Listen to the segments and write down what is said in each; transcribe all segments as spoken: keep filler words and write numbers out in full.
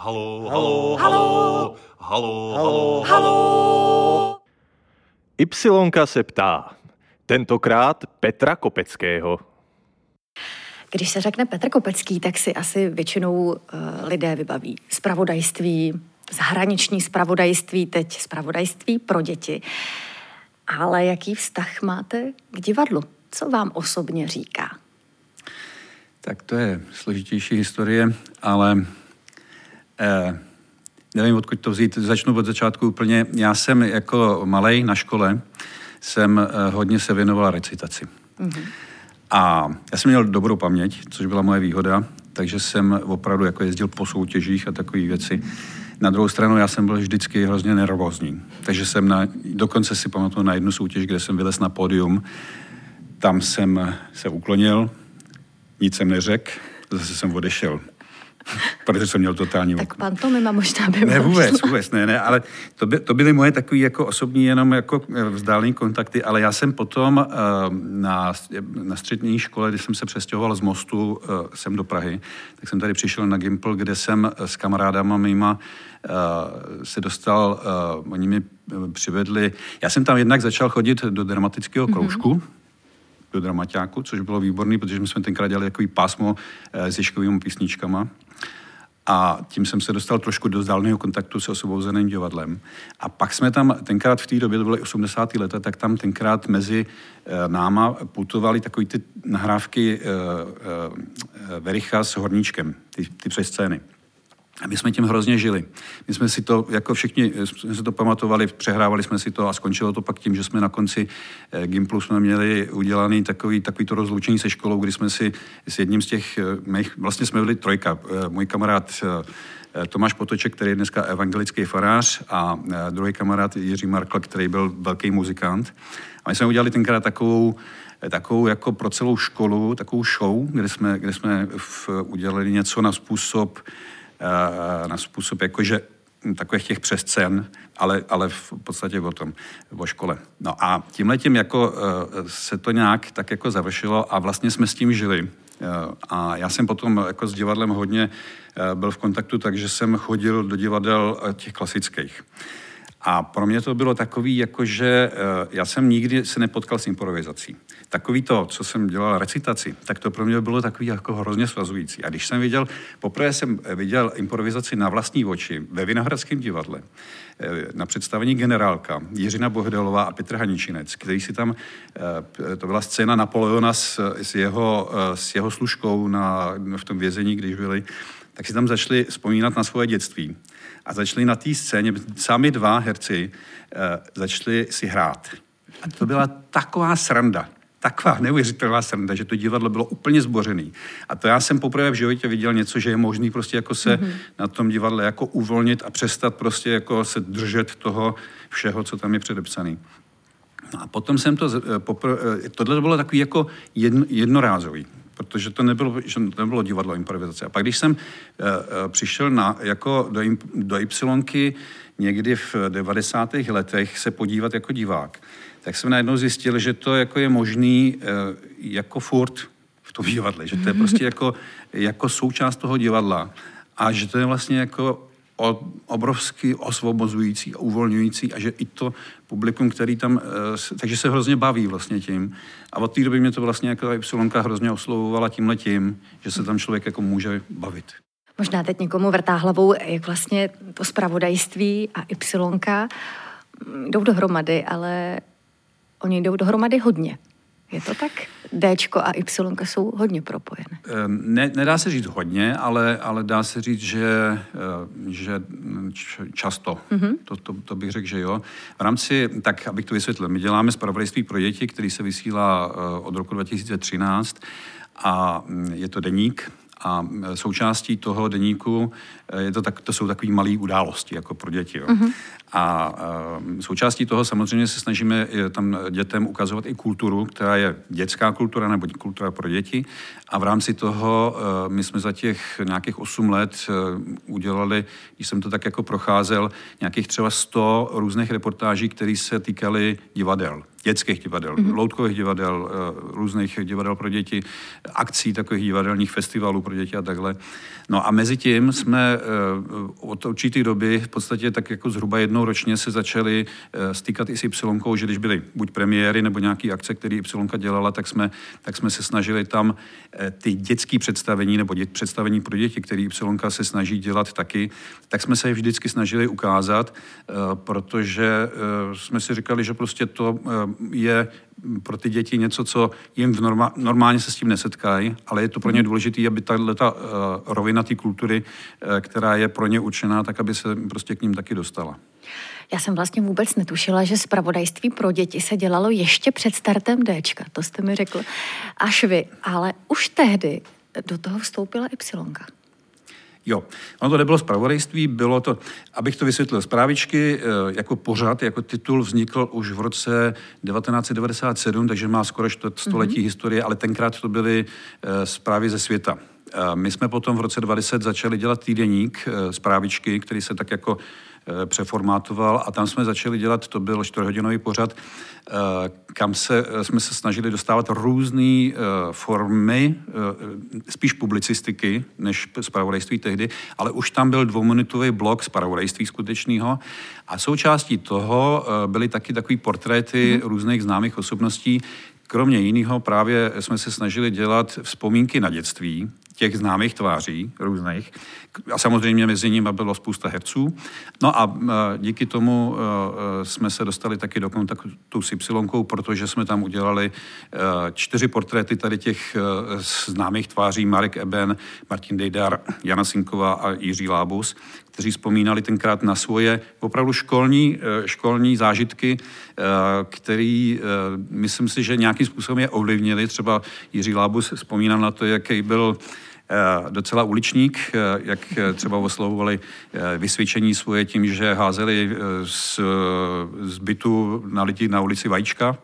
Halo, halo, halo, halo, halo, halo. Ypsilonka se ptá. Tentokrát Petra Kopeckého. Když se řekne Petr Kopecký, tak si asi většinou uh, lidé vybaví zpravodajství, zahraniční zpravodajství, teď zpravodajství pro děti. Ale jaký vztah máte k divadlu? Co vám osobně říká? Tak to je složitější historie, ale eh, nevím, odkud to vzít. Začnu od začátku úplně. Já jsem jako malej na škole, jsem eh, hodně se věnoval recitaci. Mm-hmm. A já jsem měl dobrou paměť, což byla moje výhoda, takže jsem opravdu jako jezdil po soutěžích a takové věci. Na druhou stranu já jsem byl vždycky hrozně nervózní, takže jsem na, dokonce si pamatuju na jednu soutěž, kde jsem vylez na pódium, tam jsem se uklonil, nic jsem neřekl, zase jsem odešel, protože jsem měl totální... Tak pantomima možná by Ne, bylo vůbec, vůbec, ne, ne, ale to, by, to byly moje takové jako osobní jenom jako vzdálené kontakty, ale já jsem potom uh, na, na střední škole, když jsem se přestěhoval z Mostu uh, sem do Prahy, tak jsem tady přišel na Gimpl, kde jsem s kamarádama mýma uh, se dostal, uh, oni mi přivedli, já jsem tam jednak začal chodit do dramatického kroužku, mm-hmm. do dramaťáku, což bylo výborný, protože my jsme tenkrát dělali takový pásmo uh, s ježkovými písničkama. A tím jsem se dostal trošku do vzdáleného kontaktu se osvobozeným divadlem. A pak jsme tam, tenkrát v té době, to byly osmdesátá léta, tak tam tenkrát mezi e, náma putovaly takový ty nahrávky e, e, Vericha s Horníčkem, ty, ty přescény. A my jsme tím hrozně žili. My jsme si to, jako všichni, jsme si to pamatovali, přehrávali jsme si to a skončilo to pak tím, že jsme na konci eh, Gimplu jsme měli udělaný takový, takový to rozloučení se školou, kdy jsme si s jedním z těch mých, vlastně jsme byli trojka, eh, můj kamarád eh, Tomáš Potoček, který je dneska evangelický farář a eh, druhý kamarád Jiří Markl, který byl velký muzikant. A my jsme udělali tenkrát takovou takovou jako pro celou školu, takovou show, kde jsme, kde jsme v, udělali něco na způsob na způsob jakože takových těch přescén, ale, ale v podstatě o tom, o škole. No a tímhletím jako se to nějak tak jako završilo a vlastně jsme s tím žili. A já jsem potom jako s divadlem hodně byl v kontaktu, takže jsem chodil do divadel těch klasických. A pro mě to bylo takový, jakože já jsem nikdy se nepotkal s improvizací. Takový to, co jsem dělal recitaci, tak to pro mě bylo takový jako hrozně svazující. A když jsem viděl, poprvé jsem viděl improvizaci na vlastní oči ve Vinohradském divadle, na představení Generálka, Jiřina Bohdalová a Petr Haničinec, který si tam, to byla scéna Napoleona s, s, jeho, s jeho služkou na, v tom vězení, když byli, tak si tam začali vzpomínat na svoje dětství. A začali na té scéně, sami dva herci, začali si hrát. A to byla taková sranda. Taková neuvěřitelná sranda, že to divadlo bylo úplně zbořený. A to já jsem poprvé v životě viděl něco, že je možný prostě jako se mm-hmm. na tom divadle jako uvolnit a přestat prostě jako se držet toho všeho, co tam je předepsaný. No a potom jsem to, poprvé, tohle bylo takový jako jedno, jednorázový, protože to nebylo, že to nebylo divadlo improvizace. A pak když jsem uh, přišel na, jako do, do Ypsilonky někdy v devadesátých letech se podívat jako divák, tak jsem najednou zjistil, že to jako je možný uh, jako furt v tom divadle, že to je prostě jako, jako součást toho divadla a že to je vlastně jako obrovsky osvobozující a uvolňující a že i to publikum, který tam, takže se hrozně baví vlastně tím. A od té doby mě to vlastně jako Ypsilonka hrozně oslovovala tímhletím, že se tam člověk jako může bavit. Možná teď někomu vrtá hlavou, jak vlastně to zpravodajství a Ypsilonka jdou dohromady, ale oni jdou dohromady hodně. Je to tak? Déčko a Ypsilonka jsou hodně propojené. Ne, nedá se říct hodně, ale, ale dá se říct, že, že často. Mm-hmm. To, to, to bych řekl, že jo. V rámci, tak abych to vysvětlil, my děláme zpravodajství pro děti, který se vysílá od roku dva tisíce třináct a je to deník. A součástí toho deníku je to, tak, to jsou takové malé události jako pro děti. Jo. Mm-hmm. A uh, součástí toho samozřejmě se snažíme tam dětem ukazovat i kulturu, která je dětská kultura nebo kultura pro děti. A v rámci toho uh, my jsme za těch nějakých osm let uh, udělali, když jsem to tak jako procházel, nějakých třeba sto různých reportáží, které se týkaly divadel. dětských divadel, mm-hmm. loutkových divadel, různých divadel pro děti, akcí takových divadelních festivalů pro děti a takhle. No a mezi tím jsme od určité doby v podstatě tak jako zhruba jednou ročně se začali stýkat i s Ypsilonkou, že když byly buď premiéry nebo nějaký akce, které Ypsilonka dělala, tak jsme, tak jsme se snažili tam ty dětské představení nebo dět, představení pro děti, které Ypsilonka se snaží dělat taky, tak jsme se je vždycky snažili ukázat, protože jsme si říkali, že prostě to je pro ty děti něco, co jim v norma, normálně se s tím nesetkají, ale je to pro ně důležité, aby tato uh, rovina té kultury, uh, která je pro ně určená, tak aby se prostě k ním taky dostala. Já jsem vlastně vůbec netušila, že zpravodajství pro děti se dělalo ještě před startem Déčka, to jste mi řekl až vy, ale už tehdy do toho vstoupila Ypsilonka. Jo, ono to nebylo zpravodajství, bylo to, abych to vysvětlil, Zprávičky jako pořad, jako titul vznikl už v roce devatenáct set devadesát sedm, takže má skoro století mm-hmm. historie, ale tenkrát to byly zprávy ze světa. My jsme potom v roce dvacet začali dělat týdeník Zprávičky, který se tak jako přeformátoval a tam jsme začali dělat, to byl čtvrthodinový pořad, kam se, jsme se snažili dostávat různé formy, spíš publicistiky, než zpravodajství tehdy, ale už tam byl dvouminutový blok zpravodajství skutečného a součástí toho byly taky takový portréty mm. různých známých osobností. Kromě jiného právě jsme se snažili dělat vzpomínky na dětství, těch známých tváří různých. A samozřejmě mezi nimi bylo spousta herců. No a díky tomu jsme se dostali taky do kontaktu s Ypsilonkou, protože jsme tam udělali čtyři portréty tady těch známých tváří, Marek Eben, Martin Dejdar, Jana Sinková a Jiří Lábus, kteří vzpomínali tenkrát na svoje opravdu školní, školní zážitky, který myslím si, že nějakým způsobem je ovlivnili. Třeba Jiří Lábus vzpomínal na to, jaký byl docela uličník, jak třeba oslovovali vysvědčení svoje tím, že házeli z, z bytu na lidi na ulici vajíčka,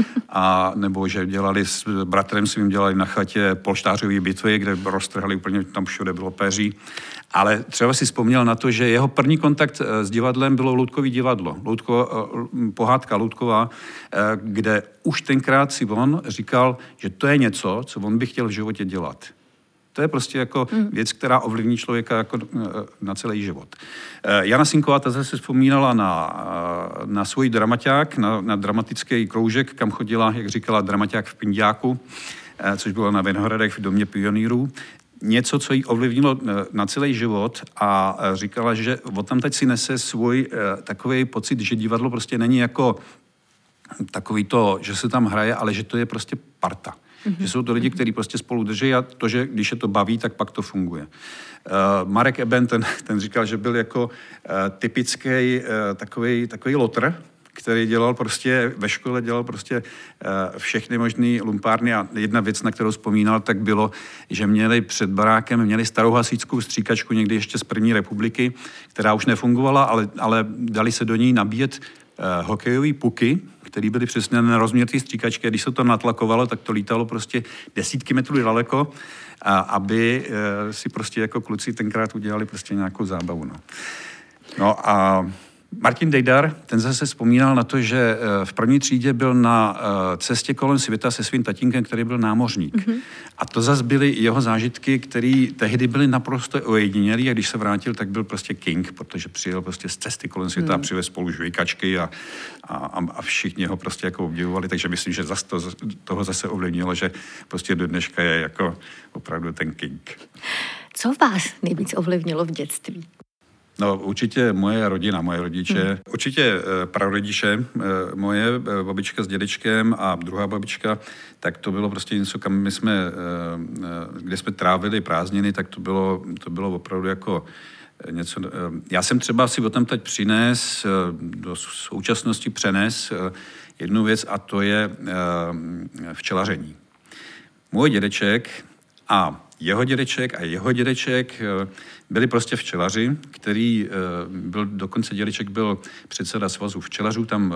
a nebo že dělali s bratrem svým, dělali na chatě polštářové bitvy, kde roztrhali úplně, tam všude bylo peří. Ale třeba si vzpomněl na to, že jeho první kontakt s divadlem bylo Loutkový divadlo. Loutko, pohádka Loutková, kde už tenkrát si on říkal, že to je něco, co on by chtěl v životě dělat. To je prostě jako věc, která ovlivní člověka jako na celý život. Jana Sinková ta zase vzpomínala na, na svůj dramaťák, na, na dramatický kroužek, kam chodila, jak říkala, dramaťák v Pindiáku, což bylo na Vinohradech v domě pionýrů. Něco, co jí ovlivnilo na celý život a říkala, že odtamtud si nese svůj takový pocit, že divadlo prostě není jako takový to, že se tam hraje, ale že to je prostě parta. Mm-hmm. Že jsou to lidi, kteří prostě spolu drží a to, že když je to baví, tak pak to funguje. Uh, Marek Eben, ten, ten říkal, že byl jako uh, typický uh, takový, takový lotr, který dělal prostě, ve škole dělal prostě uh, všechny možný lumpárny a jedna věc, na kterou vzpomínal, tak bylo, že měli před barákem, měli starou hasičskou stříkačku někdy ještě z první republiky, která už nefungovala, ale, ale dali se do ní nabíjet uh, hokejové puky, který byly přesně na rozměr té stříkačky. Když se to natlakovalo, tak to lítalo prostě desítky metrů daleko, a aby e, si prostě jako kluci tenkrát udělali prostě nějakou zábavu. No, no a Martin Dejdar, ten zase vzpomínal na to, že v první třídě byl na cestě kolem světa se svým tatínkem, který byl námořník. Mm-hmm. A to zase byly jeho zážitky, které tehdy byly naprosto ojedinělý a když se vrátil, tak byl prostě king, protože přijel prostě z cesty kolem světa mm. a přivez spolu žvejkačky a, a, a všichni ho prostě jako obdivovali, takže myslím, že zase to, toho zase ovlivnilo, že prostě do dneška je jako opravdu ten king. Co vás nejvíc ovlivnilo v dětství? No určitě moje rodina, moje rodiče, hmm. určitě e, prarodiče, e, moje e, babička s dědečkem a druhá babička, tak to bylo prostě něco, kam my jsme, e, e, kde jsme trávili prázdniny, tak to bylo, to bylo opravdu jako něco. E, já jsem třeba si o tom teď přines, e, do současnosti přenes e, jednu věc a to je e, včelaření. Můj dědeček a jeho dědeček a jeho dědeček byli prostě včelaři, který byl, dokonce dědeček byl předseda svazu včelařů, tam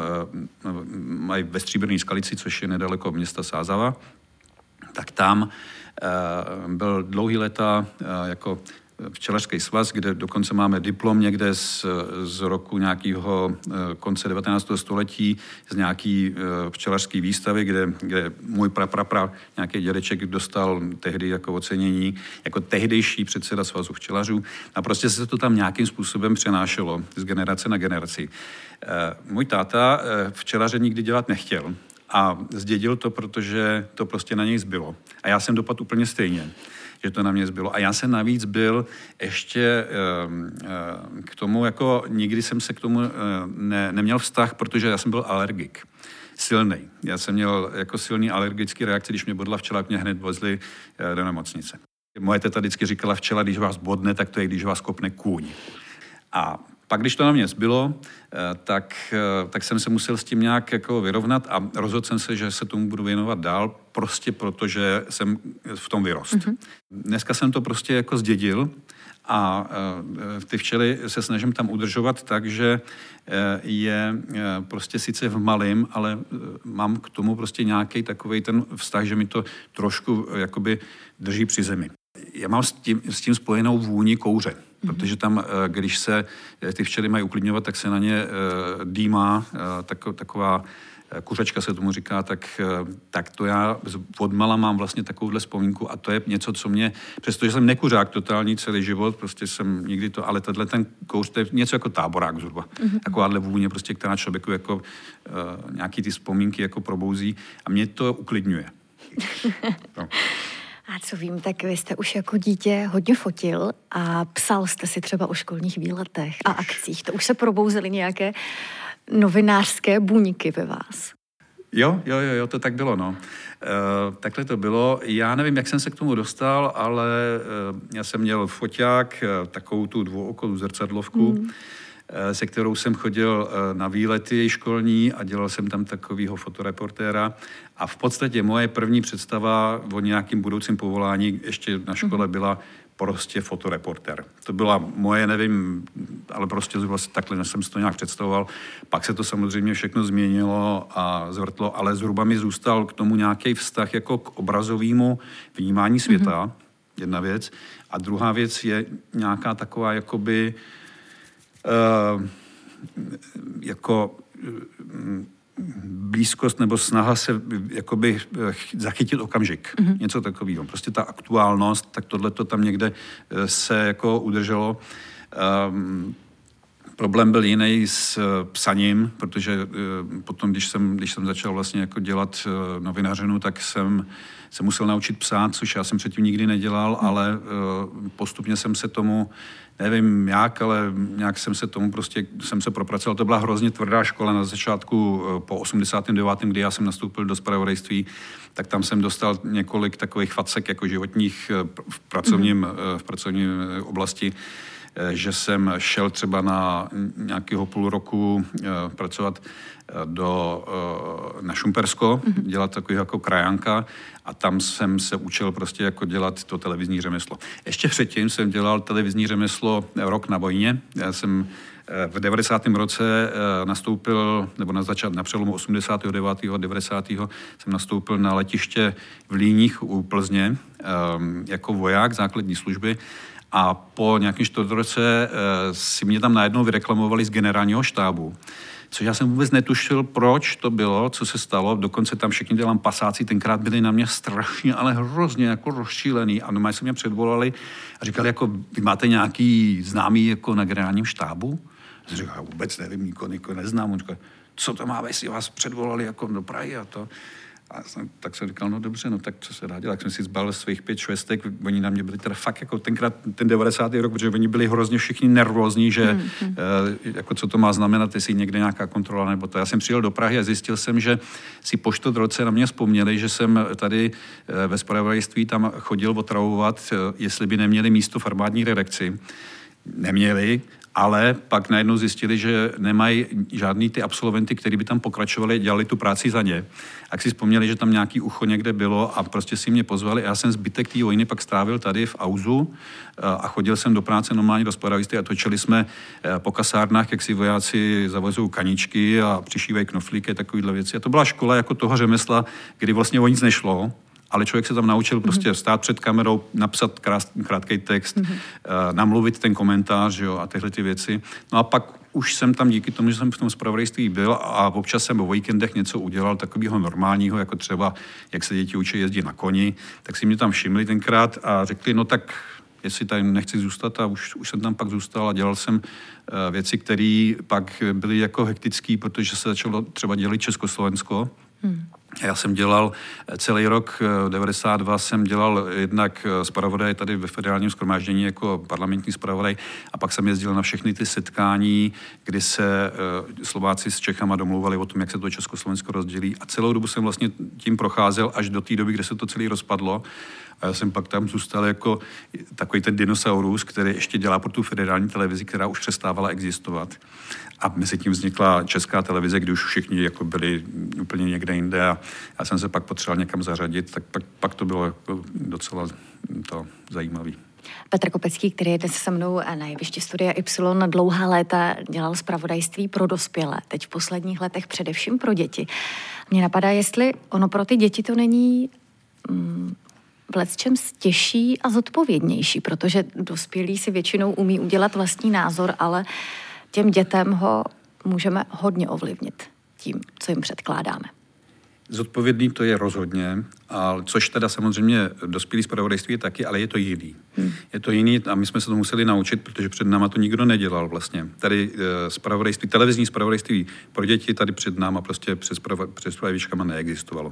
mají ve Stříbrné Skalici, což je nedaleko města Sázava, tak tam byl dlouhý léta jako včelařský svaz, kde dokonce máme diplom někde z, z roku nějakého konce devatenáctého století, z nějaký včelařský výstavy, kde, kde můj praprapra, nějaký dědeček dostal tehdy jako ocenění, jako tehdejší předseda svazu včelařů. A prostě se to tam nějakým způsobem přenášelo z generace na generaci. Můj táta včelaře nikdy dělat nechtěl a zdědil to, protože to prostě na něj zbylo. A já jsem dopadl úplně stejně, že to na mě zbylo. A já jsem navíc byl ještě k tomu, jako nikdy jsem se k tomu ne, neměl vztah, protože já jsem byl alergik. Silnej. Já jsem měl jako silný alergický reakci, když mě bodla včela, mě hned vozili do nemocnice. Moje teta vždycky říkala, včela, když vás bodne, tak to je, když vás kopne kůň. A pak, když to na mě zbylo, tak, tak jsem se musel s tím nějak jako vyrovnat a rozhodl jsem se, že se tomu budu věnovat dál, prostě protože jsem v tom vyrost. Mm-hmm. Dneska jsem to prostě jako zdědil a ty včely se snažím tam udržovat tak, že je prostě sice v malém, ale mám k tomu prostě nějaký takovej ten vztah, že mi to trošku jakoby drží při zemi. Já mám s tím, s tím spojenou vůni kouře, mm-hmm. protože tam, když se ty včely mají uklidňovat, tak se na ně dýmá taková kuřečka se tomu říká, tak, tak to já odmala mám vlastně takovouhle vzpomínku a to je něco, co mě, přestože jsem nekuřák totální celý život, prostě jsem nikdy to, ale tenhle ten kouř, to je něco jako táborák zhruba. Mm-hmm. Takováhle vůně, prostě, která člověku jako uh, nějaký ty vzpomínky jako probouzí a mě to uklidňuje. No. A co vím, tak vy jste už jako dítě hodně fotil a psal jste si třeba o školních výletech a akcích. To už se probouzely nějaké novinářské buňky ve vás. Jo, jo, jo, jo, to tak bylo, no. E, takhle to bylo. Já nevím, jak jsem se k tomu dostal, ale e, já jsem měl foťák, e, takovou tu dvouokou zrcadlovku, mm. e, se kterou jsem chodil e, na výlety školní a dělal jsem tam takovýho fotoreportéra. A v podstatě moje první představa o nějakým budoucím povolání ještě na škole mm. byla prostě fotoreportér. To byla moje, nevím, ale prostě vlastně takhle jsem si to nějak představoval. Pak se to samozřejmě všechno změnilo a zvrtlo, ale zhruba mi zůstal k tomu nějaký vztah jako k obrazovému vnímání světa, mm-hmm. jedna věc. A druhá věc je nějaká taková jakoby uh, jako uh, blízkost nebo snaha se jakoby zachytit okamžik. Mm-hmm. Něco takového. Prostě ta aktuálnost, tak tohle to tam někde se jako udrželo. Um, problém byl jiný s psaním, protože uh, potom, když jsem, když jsem začal vlastně jako dělat uh, novinařinu, tak jsem se musel naučit psát, což já jsem předtím nikdy nedělal, mm. ale uh, postupně jsem se tomu nevím jak, ale nějak jsem se tomu prostě, jsem se propracoval. To byla hrozně tvrdá škola na začátku po osmdesátém devátém kdy já jsem nastoupil do zpravodajství, tak tam jsem dostal několik takových facek jako životních v pracovním, mm-hmm. v pracovním oblasti, že jsem šel třeba na nějakého půl roku pracovat do, na Šumpersko, mm-hmm. dělat takový jako krajánka a tam jsem se učil prostě jako dělat to televizní řemeslo. Ještě předtím jsem dělal televizní řemeslo rok na vojně. Já jsem v devadesátém roce nastoupil, nebo na začát na přelomu osmdesátého devátého a devadesátého jsem nastoupil na letiště v Líních u Plzně jako voják základní služby. A po nějakém čtvrtroce si mě tam najednou vyreklamovali z generálního štábu. Což já jsem vůbec netušil, proč to bylo, co se stalo. Dokonce tam všichni dělám pasáci, tenkrát byli na mě strašně, ale hrozně jako rozčílený. A normálně se mě předvolali a říkali, jako, vy máte nějaký známý jako na generálním štábu? A jsem říkal, vůbec nevím, nikoho, nikoho neznám. On říkal, co to má, jestli vás předvolali jako do Prahy a to. A jsem, tak jsem říkal, no dobře, no tak co se dá dělat. Tak jsem si zbalil svých pět švestek, oni na mě byli teda fakt jako tenkrát ten devadesátý rok, protože oni byli hrozně všichni nervózní, že hmm, hmm. Eh, jako co to má znamenat, jestli někde nějaká kontrola nebo to. Já jsem přijel do Prahy a zjistil jsem, že si po čtvrt roce na mě vzpomněli, že jsem tady eh, ve zpravodajství tam chodil otravovat, eh, jestli by neměli místo v armádní redakci. Neměli, ale pak najednou zjistili, že nemají žádný ty absolventy, kteří by tam pokračovali, dělali tu práci za ně. A si vzpomněli, že tam nějaký ucho někde bylo a prostě si mě pozvali. Já jsem zbytek té vojny pak strávil tady v Auzu a chodil jsem do práce normálně do zpravodajství a točili jsme po kasárnách, jak si vojáci zavozují kaničky a přišívají knoflíky a takovýhle věci. A to byla škola jako toho řemesla, kdy vlastně o nic nešlo. ale člověk se tam naučil prostě stát před kamerou, napsat krás, krátký text, mm-hmm. namluvit ten komentář, jo, a tyhle ty věci. No a pak už jsem tam díky tomu, že jsem v tom zpravodajství byl a občas jsem o víkendech něco udělal takového normálního, jako třeba, jak se děti učí jezdit na koni, tak si mě tam všimli tenkrát a řekli, no tak jestli tady nechci zůstat, a už, už jsem tam pak zůstal a dělal jsem uh, věci, které pak byly jako hektické, protože se začalo třeba dělit Československo. Hmm. Já jsem dělal celý rok devadesát dva, jsem dělal jednak zpravodaj tady ve federálním shromáždění jako parlamentní zpravodaj a pak jsem jezdil na všechny ty setkání, kdy se uh, Slováci s Čechama domluvali o tom, jak se to Československo rozdělí a celou dobu jsem vlastně tím procházel až do té doby, kdy se to celé rozpadlo. A já jsem pak tam zůstal jako takový ten dinosaurus, který ještě dělá pro tu federální televizi, která už přestávala existovat. A mezi tím vznikla Česká televize, kdy už všichni jako byli úplně někde jinde a já jsem se pak potřeboval někam zařadit, tak pak, pak to bylo jako docela to zajímavé. Petr Kopecký, který je dnes se mnou na jevišti Studia Y, dlouhá léta dělal zpravodajství pro dospělé, teď v posledních letech především pro děti. Mně napadá, jestli ono pro ty děti to není mm, v lecčem těžší a zodpovědnější, protože dospělí si většinou umí udělat vlastní názor, ale těm dětem ho můžeme hodně ovlivnit tím, co jim předkládáme. Zodpovědný to je rozhodně, a což teda samozřejmě dospělý zpravodajství je taky, ale je to jiný. Hmm. Je to jiný a my jsme se to museli naučit, protože před náma to nikdo nedělal vlastně. Tady zpravodajství, televizní zpravodajství pro děti tady před náma prostě přes zpravodajvíčkama neexistovalo.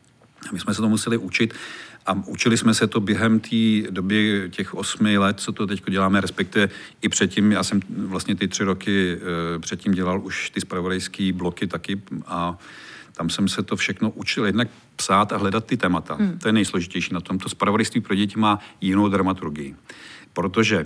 My jsme se to museli učit a učili jsme se to během té doby těch osmi let, co to teď děláme, respektive i předtím, já jsem vlastně ty tři roky předtím dělal už ty zpravodajské bloky taky a tam jsem se to všechno učil jednak psát a hledat ty témata. Hmm. To je nejsložitější na tom. To zpravodajství pro děti má jinou dramaturgii. Protože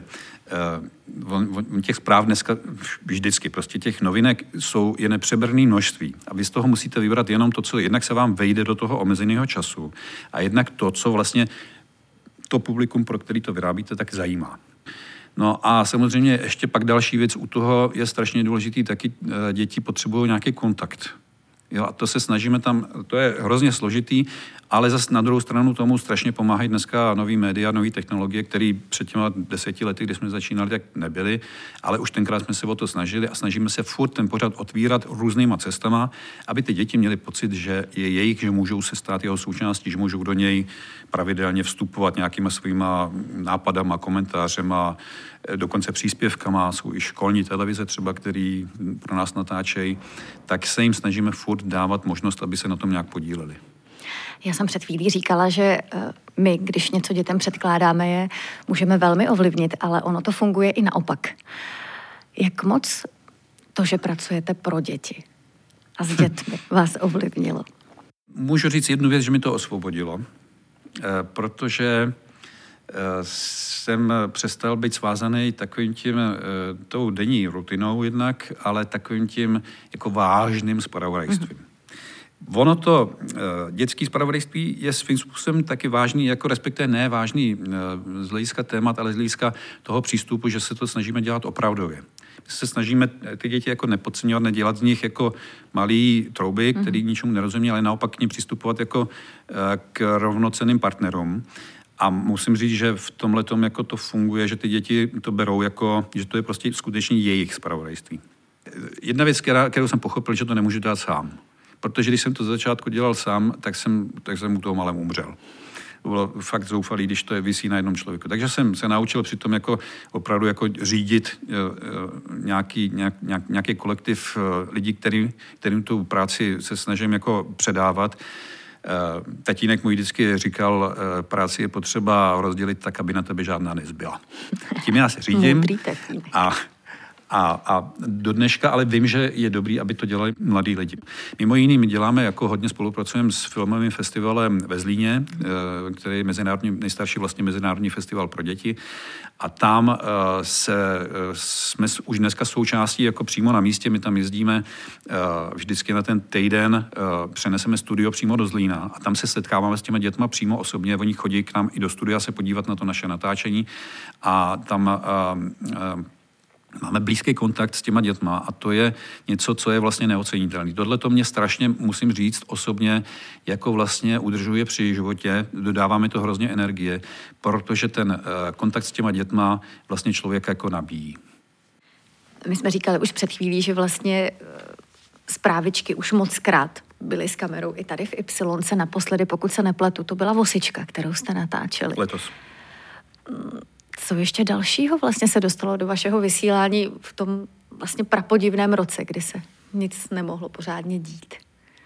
uh, on, on těch zpráv dneska vždycky, prostě těch novinek jsou je nepřeberné množství. A vy z toho musíte vybrat jenom to, co jednak se vám vejde do toho omezeného času a jednak to, co vlastně to publikum, pro který to vyrábíte, tak zajímá. No a samozřejmě ještě pak další věc u toho je strašně důležitý, taky uh, děti potřebují nějaký kontakt. Jo, a to se snažíme tam, to je hrozně složitý, ale zase na druhou stranu tomu strašně pomáhají dneska nový média, nový technologie, které před těma deseti lety, kdy jsme začínali, tak nebyly, ale už tenkrát jsme se o to snažili a snažíme se furt ten pořad otvírat různýma cestama, aby ty děti měly pocit, že je jejich, že můžou se stát jeho součástí, že můžou do něj pravidelně vstupovat nějakýma svýma nápadama, komentářema, dokonce příspěvkama, jsou i školní televize třeba, který pro nás natáčejí, tak se jim snažíme furt dávat možnost, aby se na tom nějak podíleli. Já jsem před chvílí říkala, že my, když něco dětem předkládáme, je můžeme velmi ovlivnit, ale ono to funguje i naopak. Jak moc to, že pracujete pro děti a s dětmi, vás ovlivnilo? Můžu říct jednu věc, že mi to osvobodilo, protože jsem přestal být svázaný takovým tím tou denní rutinou jednak, ale takovým tím jako vážným zpravodajstvím. Mm-hmm. Ono to dětské zpravodajství je svým způsobem taky vážný, jako respektive ne vážný z hlediska témat, ale z hlediska toho přístupu, že se to snažíme dělat opravdově. My se snažíme ty děti jako nepodceňovat, nedělat z nich jako malý trouby, který mm-hmm. ničemu nerozumí, ale naopak k nim přistupovat jako k rovnocenným partnerům. A musím říct, že v tomhletom jako to funguje, že ty děti to berou jako, že to je prostě skutečně jejich zpravodajství. Jedna věc, která, kterou jsem pochopil, že to nemůžu dát sám. Protože když jsem to z začátku dělal sám, tak jsem, tak jsem u toho malém umřel. To bylo fakt zoufalý, když to je visí na jednom člověku. Takže jsem se naučil přitom jako opravdu jako řídit nějaký, nějak, nějak, nějaký kolektiv lidí, který, kterým tu práci se snažím jako předávat. Tatínek můj vždycky říkal, práci je potřeba rozdělit tak, aby na tebe žádná nezbyla. Tím já se řídím a, a, a do dneška ale vím, že je dobrý, aby to dělali mladí lidi. Mimo jiný my děláme, jako hodně spolupracujeme s filmovým festivalem ve Zlíně, který je mezinárodní, nejstarší vlastně mezinárodní festival pro děti. A tam se, jsme už dneska součástí jako přímo na místě, my tam jezdíme vždycky na ten týden, přeneseme studio přímo do Zlína a tam se setkáváme s těma dětma přímo osobně, oni chodí k nám i do studia se podívat na to naše natáčení a tam máme blízký kontakt s těma dětma a to je něco, co je vlastně neocenitelné. Tohle to mě strašně, musím říct, osobně jako vlastně udržuje při životě, dodává mi to hrozně energie, protože ten kontakt s těma dětma vlastně člověka jako nabíjí. My jsme říkali už před chvílí, že vlastně zprávičky už mockrát byly s kamerou i tady v Ypsilonce. Naposledy, pokud se nepletu, to byla Vosička, kterou jste natáčeli. Letos. Co ještě dalšího vlastně se dostalo do vašeho vysílání v tom vlastně prapodivném roce, kdy se nic nemohlo pořádně dít?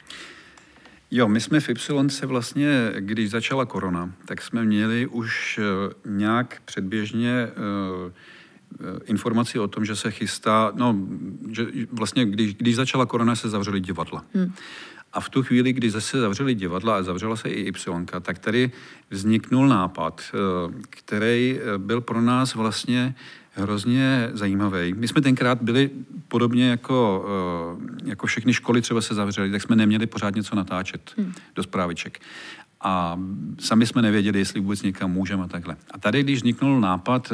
Jo, my jsme v Ypsilonce vlastně, když začala korona, tak jsme měli už nějak předběžně informaci o tom, že se chystá, no, že vlastně, když, když začala korona, se zavřely divadla. Hmm. A v tu chvíli, kdy zase zavřeli divadla a zavřela se i Ypsilonka, tak tady vzniknul nápad, který byl pro nás vlastně hrozně zajímavý. My jsme tenkrát byli podobně jako, jako všechny školy třeba se zavřely, tak jsme neměli pořád něco natáčet hmm. do zpráviček. A sami jsme nevěděli, jestli vůbec někam můžeme a takhle. A tady, když vzniknul nápad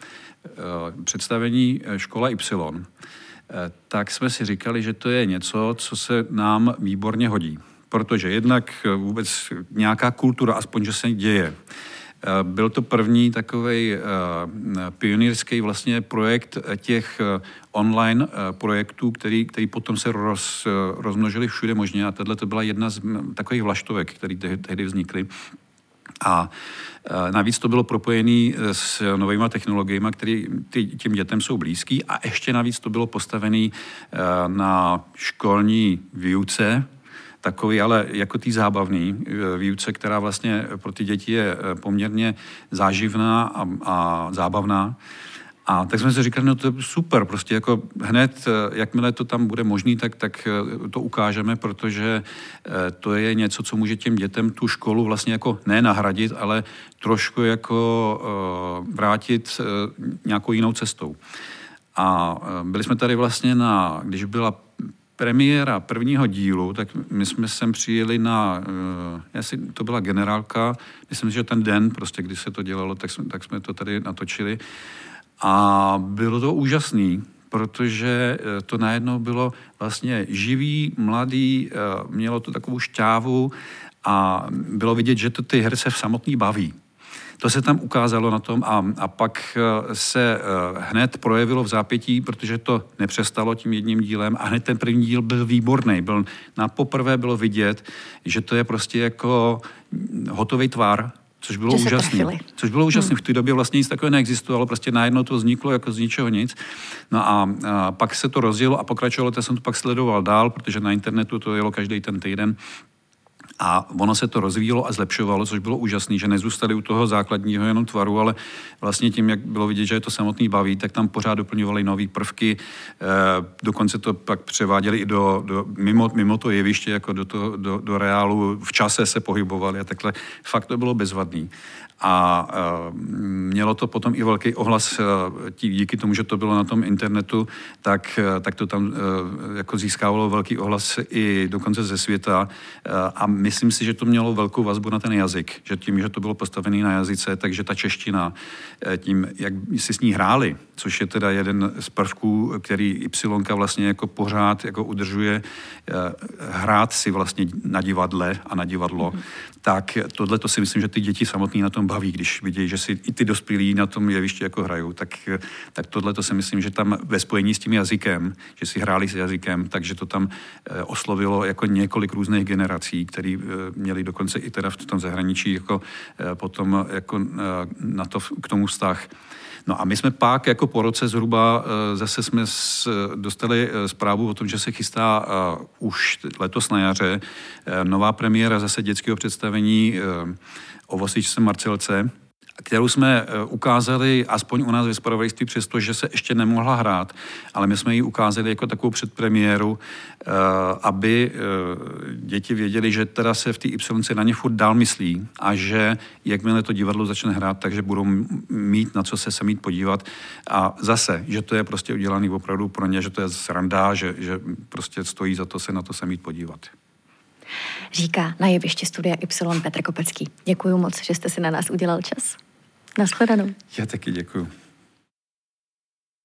představení Škola Y, tak jsme si říkali, že to je něco, co se nám výborně hodí. Protože jednak vůbec nějaká kultura, aspoň, že se děje. Byl to první takovej pionýrský vlastně projekt těch online projektů, který, který potom se roz, rozmnožili všude možně. A tato to byla jedna z takových vlaštovek, které tehdy vznikly. A navíc to bylo propojené s novýma technologiemi, které těm dětem jsou blízký a ještě navíc to bylo postavené na školní výuce, takový, ale jako tý zábavný výuce, která vlastně pro ty děti je poměrně záživná a, a zábavná. A tak jsme si říkali, no to je super, prostě jako hned, jakmile to tam bude možný, tak, tak to ukážeme, protože to je něco, co může těm dětem tu školu vlastně jako ne nahradit, ale trošku jako vrátit nějakou jinou cestou. A byli jsme tady vlastně na, když byla premiéra prvního dílu, tak my jsme sem přijeli na, jestli to byla generálka, myslím, že ten den, prostě když se to dělalo, tak jsme, tak jsme to tady natočili. A bylo to úžasný, protože to najednou bylo vlastně živý, mladý, mělo to takovou šťávu a bylo vidět, že to ty herce v samotný baví. To se tam ukázalo na tom a, a pak se hned projevilo v zápětí, protože to nepřestalo tím jedním dílem a hned ten první díl byl výborný. Byl, na poprvé bylo vidět, že to je prostě jako hotový tvar, což bylo úžasné. Což bylo úžasné. Hmm. V té době vlastně nic takového neexistovalo, prostě najednou to vzniklo jako z ničeho nic. No a, a pak se to rozjelo a pokračovalo, to jsem to pak sledoval dál, protože na internetu to jelo každý ten týden. A ono se to rozvíjelo a zlepšovalo, což bylo úžasné, že nezůstali u toho základního jenom tvaru, ale vlastně tím, jak bylo vidět, že je to samotný baví, tak tam pořád doplňovali nové prvky, e, dokonce to pak převáděli i do, do mimo, mimo to jeviště, jako do, to, do, do reálu, v čase se pohybovali a takhle. Fakt to bylo bezvadný. A e, mělo to potom i velký ohlas, e, díky tomu, že to bylo na tom internetu, tak, e, tak to tam e, jako získávalo velký ohlas i dokonce ze světa. E, a myslím si, že to mělo velkou vazbu na ten jazyk, že tím, že to bylo postavené na jazyce, takže ta čeština, e, tím, jak si s ní hráli, což je teda jeden z prvků, který Ypsilonka vlastně jako pořád jako udržuje, e, hrát si vlastně na divadle a na divadlo, mm-hmm. tak tohle to si myslím, že ty děti samotný na tom baví, když vidějí, že si i ty dospělí na tom jevišti jako hrajou, tak, tak tohle to si myslím, že tam ve spojení s tím jazykem, že si hráli s jazykem, takže to tam e, oslovilo jako několik různých generací, který e, měli dokonce i teda v tom zahraničí jako e, potom jako e, na to, k tomu vztah. No a my jsme pak jako po roce zhruba zase jsme s, dostali zprávu o tom, že se chystá uh, už letos na jaře uh, nová premiéra zase dětského představení uh, o Vosičce Marcelce, kterou jsme uh, ukázali aspoň u nás ve zpravodajství, přesto, že se ještě nemohla hrát, ale my jsme ji ukázali jako takovou předpremiéru, uh, aby uh, děti věděli, že teda se v té Ypsilonce na ně furt dál myslí a že jakmile to divadlo začne hrát, takže budou mít na co se sem jít podívat. A zase, že to je prostě udělaný opravdu pro ně, že to je sranda, že, že prostě stojí za to se na to sem jít podívat. Říká na jevišti Studia Y Petr Kopecký. Děkuji moc, že jste si na nás udělal čas. Nashledanou. Já taky děkuji.